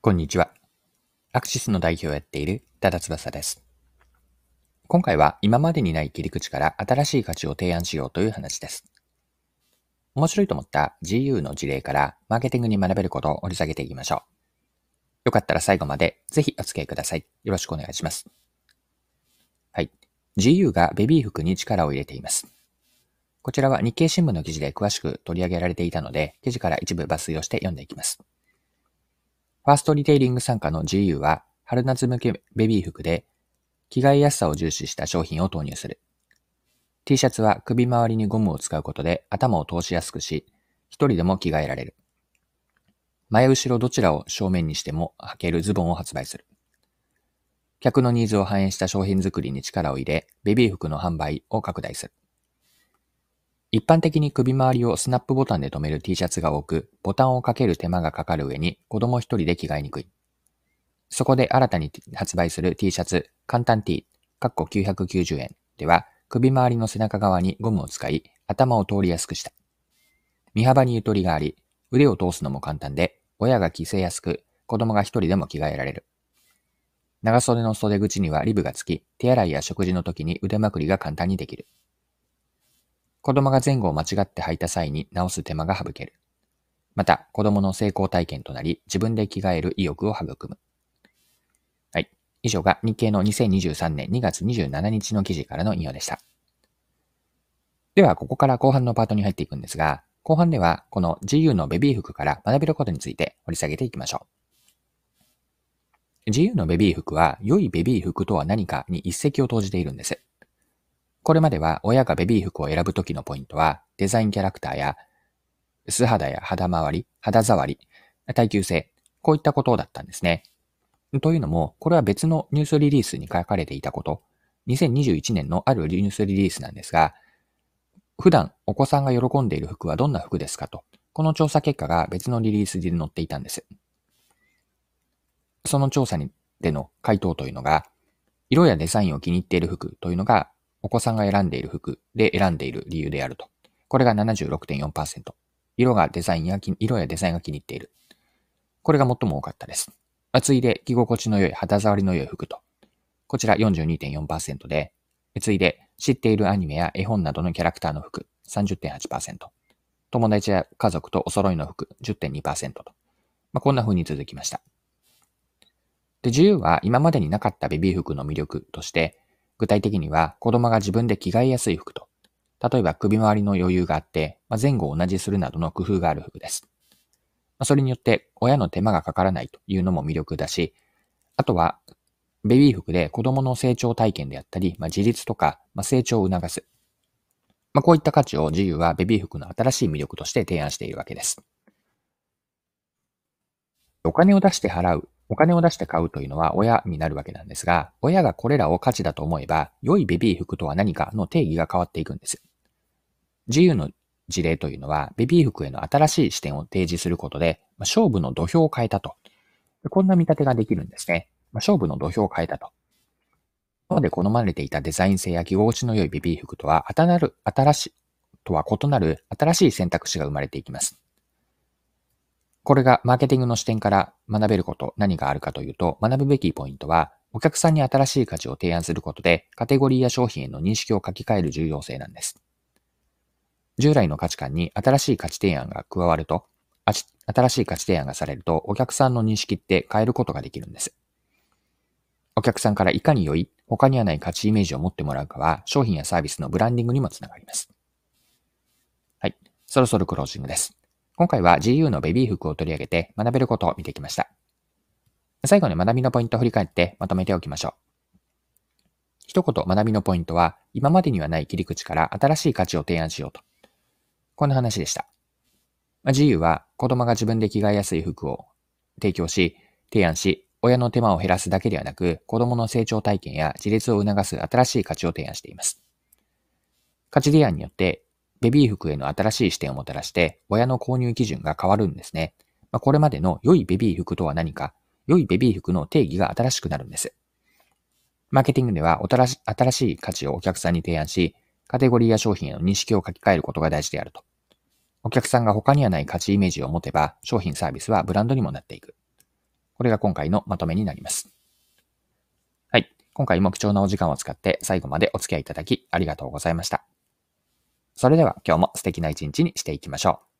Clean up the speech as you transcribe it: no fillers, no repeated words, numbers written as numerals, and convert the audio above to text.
こんにちは。アクシスの代表をやっている多田翼です。今回は今までにない切り口から新しい価値を提案しようという話です。面白いと思った GU の事例からマーケティングに学べることを掘り下げていきましょう。よかったら最後までぜひお付き合いください。よろしくお願いします。はい。GU がベビー服に力を入れています。こちらは日経新聞の記事で詳しく取り上げられていたので、記事から一部抜粋をして読んでいきます。ファーストリテイリング傘下の GU は春夏向けベビー服で着替えやすさを重視した商品を投入する。T シャツは首周りにゴムを使うことで頭を通しやすくし、一人でも着替えられる。前後ろどちらを正面にしても履けるズボンを発売する。客のニーズを反映した商品作りに力を入れ、ベビー服の販売を拡大する。一般的に首周りをスナップボタンで留める T シャツが多く、ボタンをかける手間がかかる上に子供一人で着替えにくい。そこで新たに発売する T シャツ、簡単 T、990円では、首周りの背中側にゴムを使い、頭を通りやすくした。身幅にゆとりがあり、腕を通すのも簡単で、親が着せやすく、子供が一人でも着替えられる。長袖の袖口にはリブがつき、手洗いや食事の時に腕まくりが簡単にできる。子供が前後を間違って履いた際に直す手間が省ける。また、子供の成功体験となり、自分で着替える意欲を育む。はい。以上が日経の2023年2月27日の記事からの引用でした。では、ここから後半のパートに入っていくんですが、後半ではこの GU のベビー服から学べることについて掘り下げていきましょう。GU のベビー服は、良いベビー服とは何かに一石を投じているんです。これまでは親がベビー服を選ぶときのポイントは、デザインキャラクターや素肌や肌周り、肌触り、耐久性、こういったことだったんですね。というのも、これは別のニュースリリースに書かれていたこと、2021年のあるニュースリリースなんですが、普段お子さんが喜んでいる服はどんな服ですかと、この調査結果が別のリリースで載っていたんです。その調査での回答というのが、色やデザインを気に入っている服というのが、お子さんが選んでいる服で選んでいる理由であると。これが 76.4%。色やデザインが気に入っている。これが最も多かったです。次いで着心地の良い肌触りの良い服と。こちら 42.4% で、次いで知っているアニメや絵本などのキャラクターの服 30.8%。友達や家族とお揃いの服 10.2% と。こんな風に続きました。で、自由は今までになかったベビー服の魅力として、具体的には子供が自分で着替えやすい服と、例えば首周りの余裕があって、前後を同じするなどの工夫がある服です。それによって親の手間がかからないというのも魅力だし、あとはベビー服で子供の成長体験であったり、自立とか、成長を促す。こういった価値を自由はベビー服の新しい魅力として提案しているわけです。お金を出して買うというのは親になるわけなんですが、親がこれらを価値だと思えば、良いベビー服とは何かの定義が変わっていくんです。自由の事例というのは、ベビー服への新しい視点を提示することで、勝負の土俵を変えたと。こんな見立てができるんですね。勝負の土俵を変えたと。今まで好まれていたデザイン性や着心地の良いベビー服とは異なる新しい選択肢が生まれていきます。これがマーケティングの視点から学べること、何があるかというと、学ぶべきポイントは、お客さんに新しい価値を提案することで、カテゴリーや商品への認識を書き換える重要性なんです。従来の価値観に新しい価値提案が加わると、新しい価値提案がされると、お客さんの認識って変えることができるんです。お客さんからいかに良い、他にはない価値イメージを持ってもらうかは、商品やサービスのブランディングにもつながります。はい。そろそろクロージングです。今回は GU のベビー服を取り上げて学べることを見てきました。最後に学びのポイントを振り返ってまとめておきましょう。一言学びのポイントは、今までにはない切り口から新しい価値を提案しようと。こんな話でした。GU は子供が自分で着替えやすい服を提案し、親の手間を減らすだけではなく、子供の成長体験や自立を促す新しい価値を提案しています。価値提案によって、ベビー服への新しい視点をもたらして、親の購入基準が変わるんですね。これまでの良いベビー服とは何か、良いベビー服の定義が新しくなるんです。マーケティングでは新しい価値をお客さんに提案し、カテゴリーや商品への認識を書き換えることが大事であると。お客さんが他にはない価値イメージを持てば、商品サービスはブランドにもなっていく。 これが今回のまとめになります。はい。今回も貴重なお時間を使って最後までお付き合いいただきありがとうございました。それでは今日も素敵な一日にしていきましょう。